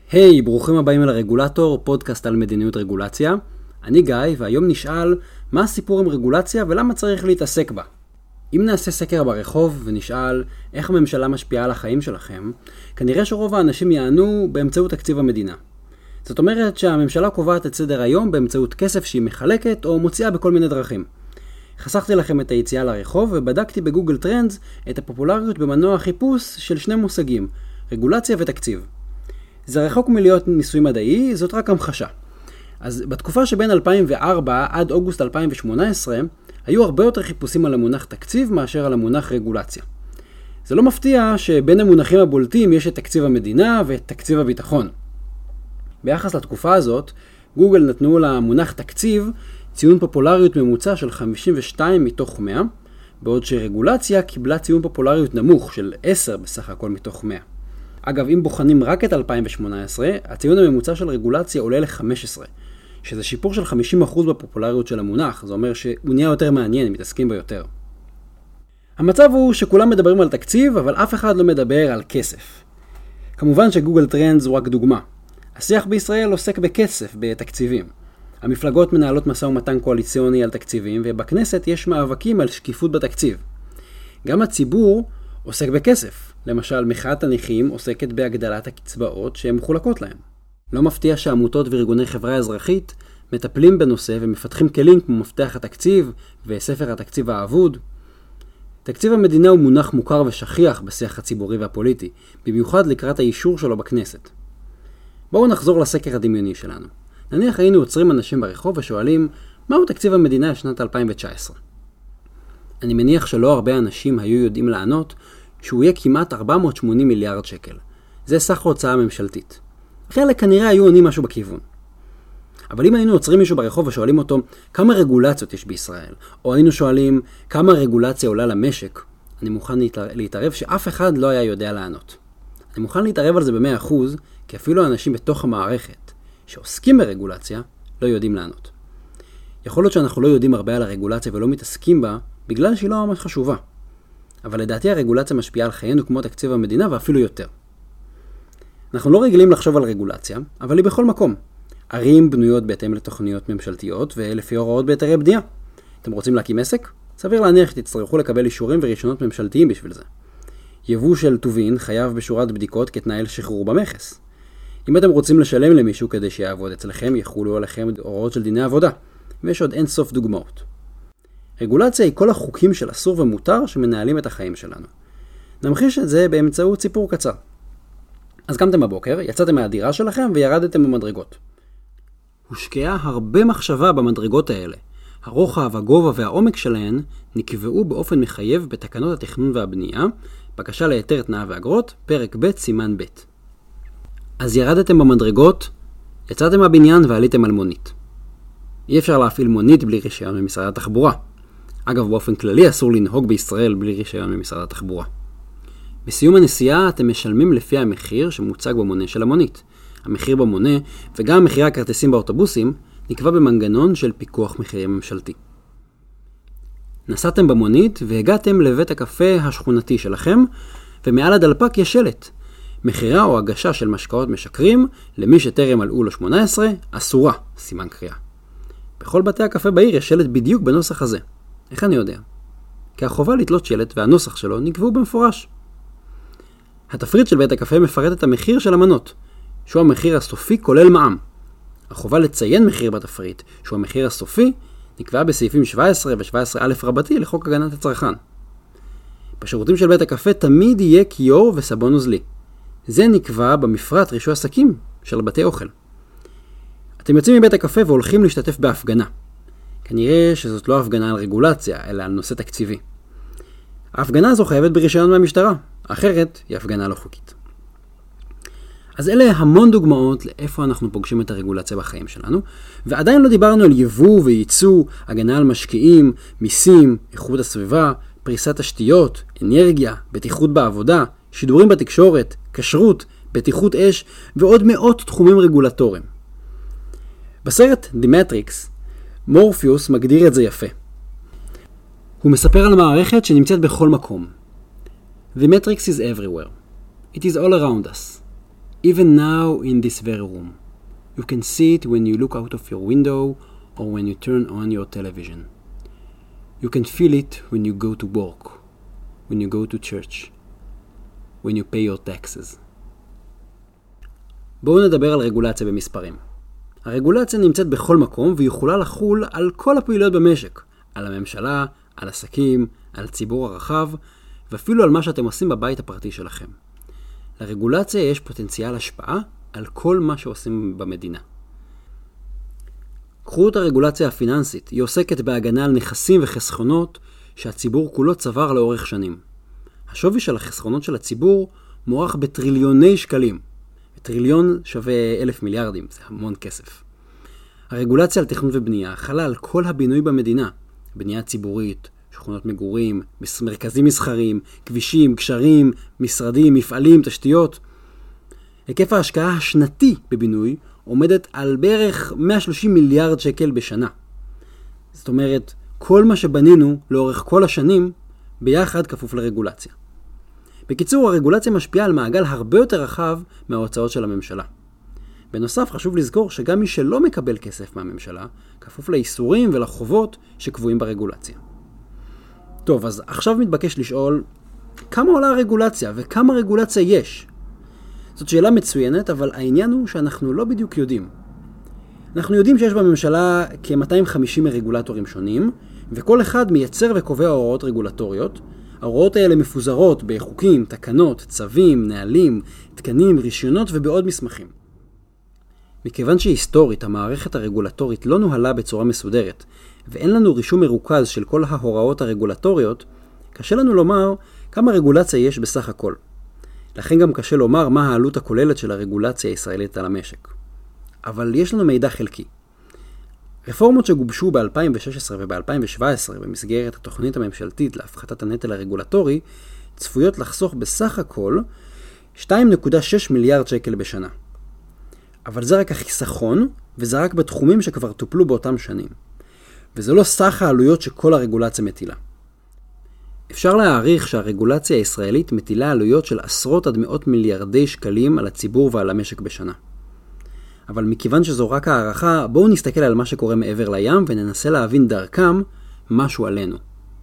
היי, ברוכים הבאים אל הרגולטור, פודקאסט על מדיניות רגולציה. אני גיא, והיום נשאל מה הסיפור עם רגולציה ולמה צריך להתעסק בה. אם נעשה סקר ברחוב ונשאל איך הממשלה משפיעה על החיים שלכם, כנראה שרוב האנשים יענו באמצעות תקציב המדינה. זאת אומרת שהממשלה קובעת את סדר היום באמצעות כסף שהיא מחלקת או מוציאה בכל מיני דרכים. חסכתי לכם את היציאה לרחוב ובדקתי בגוגל טרנדס את הפופולריות במנוע החיפוש של שני מושגים, רגולציה ותקציב. זה רחוק מלהיות ניסוי מדעי, זאת רק המחשה. אז בתקופה שבין 2004 עד אוגוסט 2018, היו הרבה יותר חיפושים על המונח תקציב מאשר על המונח רגולציה. זה לא מפתיע שבין המונחים הבולטים יש את תקציב המדינה ואת תקציב הביטחון. ביחס לתקופה הזאת, גוגל נתנו למונח תקציב ציון פופולריות ממוצע של 52 מתוך 100, בעוד שרגולציה קיבלה ציון פופולריות נמוך של 10 בסך הכל מתוך 100. אגב, אם בוחנים רק את 2018, הציון הממוצע של רגולציה עולה ל-15, שזה שיפור של 50% בפופולריות של המונח, זה אומר שהוא נהיה יותר מעניין, מתעסקים בו יותר. המצב הוא שכולם מדברים על תקציב, אבל אף אחד לא מדבר על כסף. כמובן שגוגל טרנדס הוא רק דוגמה. השיח בישראל עוסק בכסף, בתקציבים. המפלגות מנהלות משא ומתן קואליציוני על תקציבים, ובכנסת יש מאבקים על שקיפות בתקציב. גם הציבור עוסק בכסף. למשל, מחאת הנכים עוסקת בהגדלת הקצבאות שהן מחולקות להם. לא מפתיע שעמותות וארגוני חברה אזרחית מטפלים בנושא ומפתחים כלים כמו מפתח התקציב וספר התקציב האבוד. תקציב המדינה הוא מונח מוכר ושכיח בשיח הציבורי והפוליטי, במיוחד לקראת האישור שלו בכנסת. בואו נחזור לסקר הדמיוני שלנו. נניח היינו עוצרים אנשים ברחוב ושואלים מהו תקציב המדינה לשנת 2019. אני מניח שלא הרבה אנשים היו יודעים לענות שהוא יהיה כמעט 480 מיליארד שקל. זה סך ההוצאה הממשלתית. חלק כנראה היו עונים משהו בכיוון. אבל אם היינו עוצרים מישהו ברחוב ושואלים אותו כמה רגולציות יש בישראל, או היינו שואלים כמה רגולציה עולה למשק, אני מוכן להתערב שאף אחד לא היה יודע לענות. אני מוכן להתערב על זה ב100%, כי אפילו האנשים בתוך המערכת שעוסקים ברגולציה לא יודעים לענות. יכול להיות שאנחנו לא יודעים הרבה על הרגולציה ולא מתעסקים בה בגלל שהיא לא ממש חשובה. אבל לדעתי הרגולציה משפיעה על חיינו כמו תקציב המדינה ואפילו יותר. אנחנו לא רגילים לחשוב על רגולציה, אבל היא בכל מקום. ערים בנויות בהתאם לתוכניות ממשלתיות ולפי הוראות בהיתרי בנייה. אתם רוצים להקים עסק? סביר להניח שתצטרכו לקבל אישורים ורישיונות ממשלתיים בשביל זה. יבוא של טובין חייב בשורת בדיקות כתנאי לשחרור במכס. אם אתם רוצים לשלם למישהו כדי שיעבוד אצלכם, יחולו עליכם הוראות של דיני עבודה. ויש עוד אין סוף דוגמאות. רגולציה היא כל החוקים של אסור ומותר שמנהלים את החיים שלנו. נמחיש את זה באמצעות סיפור קצר. אז קמתם בבוקר, יצאתם מהדירה שלכם וירדתם במדרגות. הושקעה הרבה מחשבה במדרגות האלה. הרוחב, הגובה והעומק שלהן נקבעו באופן מחייב בתקנות התכנון והבנייה, בקשה להיתר תנאה ואגרות, פרק ב' סימן ב'. אז ירדתם במדרגות, יצאתם מהבניין ועליתם על מונית. אי אפשר להפעיל מונית בלי רישיון ממשרד התחבורה. אגב, באופן כללי אסור לנהוג בישראל בלי רישיון ממשרד התחבורה. בסיום הנסיעה אתם משלמים לפי המחיר שמוצג במונה של המונית. המחיר במונה וגם מחירי הכרטיסים באוטובוסים נקבע במנגנון של פיקוח מחירים ממשלתי. נסעתם במונית והגעתם לבית הקפה השכונתי שלכם, ומעל הדלפק יש שלט. מחירה או הגשה של משקאות משקרים למי שטרם מלאו לו 18 אסורה, סימן קריאה. בכל בתי הקפה בעיר יש שלט בדיוק בנוסח הזה. איך אני יודע? כי החובה לתלות שלט והנוסח שלו נקבעו במפורש. התפריט של בית הקפה מפרט את המחיר של המנות, שהוא המחיר הסופי כולל מע"מ. החובה לציין מחיר בתפריט, שהוא המחיר הסופי, נקבעה בסעיפים 17 ו-17א רבתי לחוק הגנת הצרכן. בשירותים של בית הקפה תמיד יהיה כיור וסבון נוזלי. זה נקבע במפרט רישוי עסקים של בתי אוכל. אתם יוצאים מבית הקפה והולכים להשתתף בהפגנה. כנראה שזאת לא הפגנה על רגולציה, אלא על נושא תקציבי. ההפגנה הזו חייבת ברישיון מהמשטרה, אחרת היא הפגנה לא חוקית. אז אלה המון דוגמאות לאיפה אנחנו פוגשים את הרגולציה בחיים שלנו, ועדיין לא דיברנו על יבוא וייצוא, הגנה על משקיעים, מיסים, איכות הסביבה, פריסת תשתיות, אנרגיה, בטיחות בעבודה, שידורים בתקשורת, כשרות, בטיחות אש ועוד מאות תחומים רגולטוריים. בסרט The Matrix, מורפיוס מגדיר את זה יפה. הוא מספר על מערכת שנמצאת בכל מקום. The Matrix is everywhere. It is all around us. Even now in this very room. You can see it when you look out of your window or when you turn on your television. You can feel it when you go to work, when you go to church, when you pay your taxes. בואו נדבר על רגולציה במספרים. הרגולציה נמצאת בכל מקום ויכולה לחול על כל הפעילויות במשק, על הממשלה, על עסקים, על ציבור הרחב, ואפילו על מה שאתם עושים בבית הפרטי שלכם. לרגולציה יש פוטנציאל השפעה על כל מה שעושים במדינה. קחו את הרגולציה הפיננסית, היא עוסקת בהגנה על נכסים וחסכונות שהציבור כולו צבר לאורך שנים. השווי של החסכונות של הציבור מוערך בטריליוני שקלים. טריליון שווה 1,000 מיליארדים, זה המון כסף. הרגולציה על תכנון ובנייה חלה על כל הבינוי במדינה, בנייה ציבורית, שכונות מגורים, מרכזים מסחריים, כבישים, גשרים, משרדים, מפעלים, תשתיות. היקף ההשקעה השנתי בבינוי עומדת על בערך 130 מיליארד שקל בשנה. זאת אומרת, כל מה שבנינו לאורך כל השנים ביחד כפוף לרגולציה. בקיצור, הרגולציה משפיעה על מעגל הרבה יותר רחב מההוצאות של הממשלה. בנוסף, חשוב לזכור שגם מי שלא מקבל כסף מהממשלה, כפוף לאיסורים ולחובות שקבועים ברגולציה. טוב, אז עכשיו מתבקש לשאול, כמה עולה הרגולציה וכמה רגולציה יש? זאת שאלה מצוינת, אבל העניין הוא שאנחנו לא בדיוק יודעים. אנחנו יודעים שיש בממשלה כ-250 רגולטורים שונים, וכל אחד מייצר וקובע הוראות רגולטוריות. ההוראות האלה מפוזרות בחוקים, תקנות, צווים, נהלים, תקנים, רישיונות ובעוד מסמכים. מכיוון שהיסטורית המערכת הרגולטורית לא נוהלה בצורה מסודרת, ואין לנו רישום מרוכז של כל ההוראות הרגולטוריות, קשה לנו לומר כמה רגולציה יש בסך הכל. לכן גם קשה לומר מה העלות הכוללת של הרגולציה הישראלית על המשק. אבל יש לנו מידע חלקי. רפורמות שגובשו ב-2016 וב-2017 במסגרת התוכנית הממשלתית להפחתת הנטל הרגולטורי, צפויות לחסוך בסך הכל 2.6 מיליארד שקל בשנה. אבל זה רק החיסכון, וזה רק בתחומים שכבר טופלו באותם שנים. וזה לא סך העלויות שכל הרגולציה מטילה. אפשר להעריך שהרגולציה הישראלית מטילה עלויות של עשרות עד מאות מיליארדי שקלים על הציבור ועל המשק בשנה. אבל מכיוון שזו רק הערכה, בואו נסתכל על מה שקורה מעבר לים וננסה להבין דרכם משהו עלינו.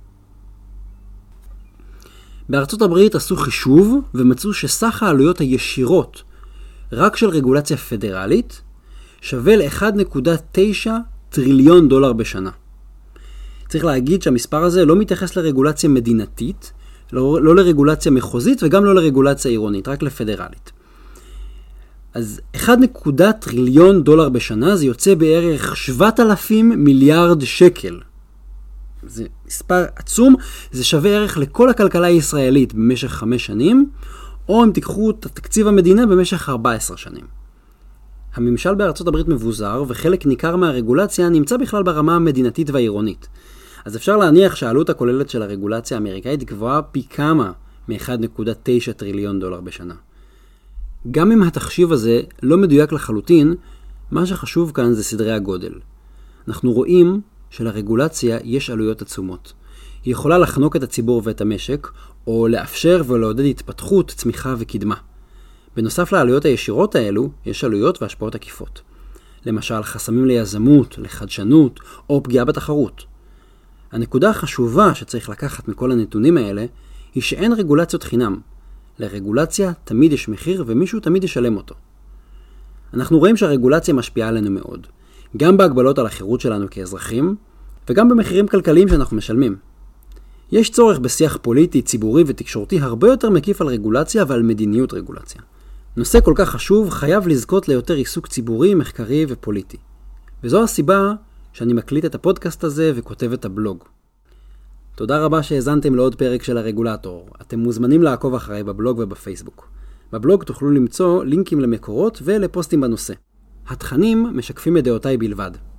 בארצות הברית עשו חישוב ומצאו שסך העלויות הישירות רק של רגולציה פדרלית שווה ל-1.9 טריליון דולר בשנה. צריך להגיד שהמספר הזה לא מתייחס לרגולציה מדינתית, לא לרגולציה מחוזית וגם לא לרגולציה עירונית, רק לפדרלית. אז 1.1 טריליון דולר בשנה זה יוצא בערך 7,000 מיליארד שקל. זה מספר עצום, זה שווה ערך לכל הכלכלה הישראלית במשך 5 שנים, או אם תיקחו את תקציב המדינה במשך 14 שנים. הממשל בארצות הברית מבוזר, וחלק ניכר מהרגולציה נמצא בכלל ברמה המדינתית והעירונית. אז אפשר להניח שהעלות הכוללת של הרגולציה האמריקאית גבוהה פי כמה מ-1.9 טריליון דולר בשנה. גם אם התחשיב הזה לא מדויק לחלוטין, מה שחשוב כאן זה סדרי הגודל. אנחנו רואים שלרגולציה יש עלויות עצומות. היא יכולה לחנוק את הציבור ואת המשק, או לאפשר ולעודד התפתחות, צמיחה וקדמה. בנוסף לעלויות הישירות האלו, יש עלויות והשפעות עקיפות. למשל, חסמים ליזמות, לחדשנות, או פגיעה בתחרות. הנקודה החשובה שצריך לקחת מכל הנתונים האלה, היא שאין רגולציות חינם. לרגולציה תמיד יש מחיר ומישהו תמיד ישלם אותו. אנחנו רואים שהרגולציה משפיעה עלינו מאוד, גם בהגבלות על החירות שלנו כאזרחים, וגם במחירים כלכליים שאנחנו משלמים. יש צורך בשיח פוליטי, ציבורי ותקשורתי הרבה יותר מקיף על רגולציה ועל מדיניות רגולציה. נושא כל כך חשוב חייב לזכות ליותר עיסוק ציבורי, מחקרי ופוליטי. וזו הסיבה שאני מקליט את הפודקאסט הזה וכותב את הבלוג. תודה רבה שהזנתם לעוד פרק של הרגולטור. אתם מוזמנים לעקוב אחריי בבלוג ובפייסבוק. בבלוג תוכלו למצוא לינקים למקורות ולפוסטים בנושא. התכנים משקפים את דעותיי בלבד.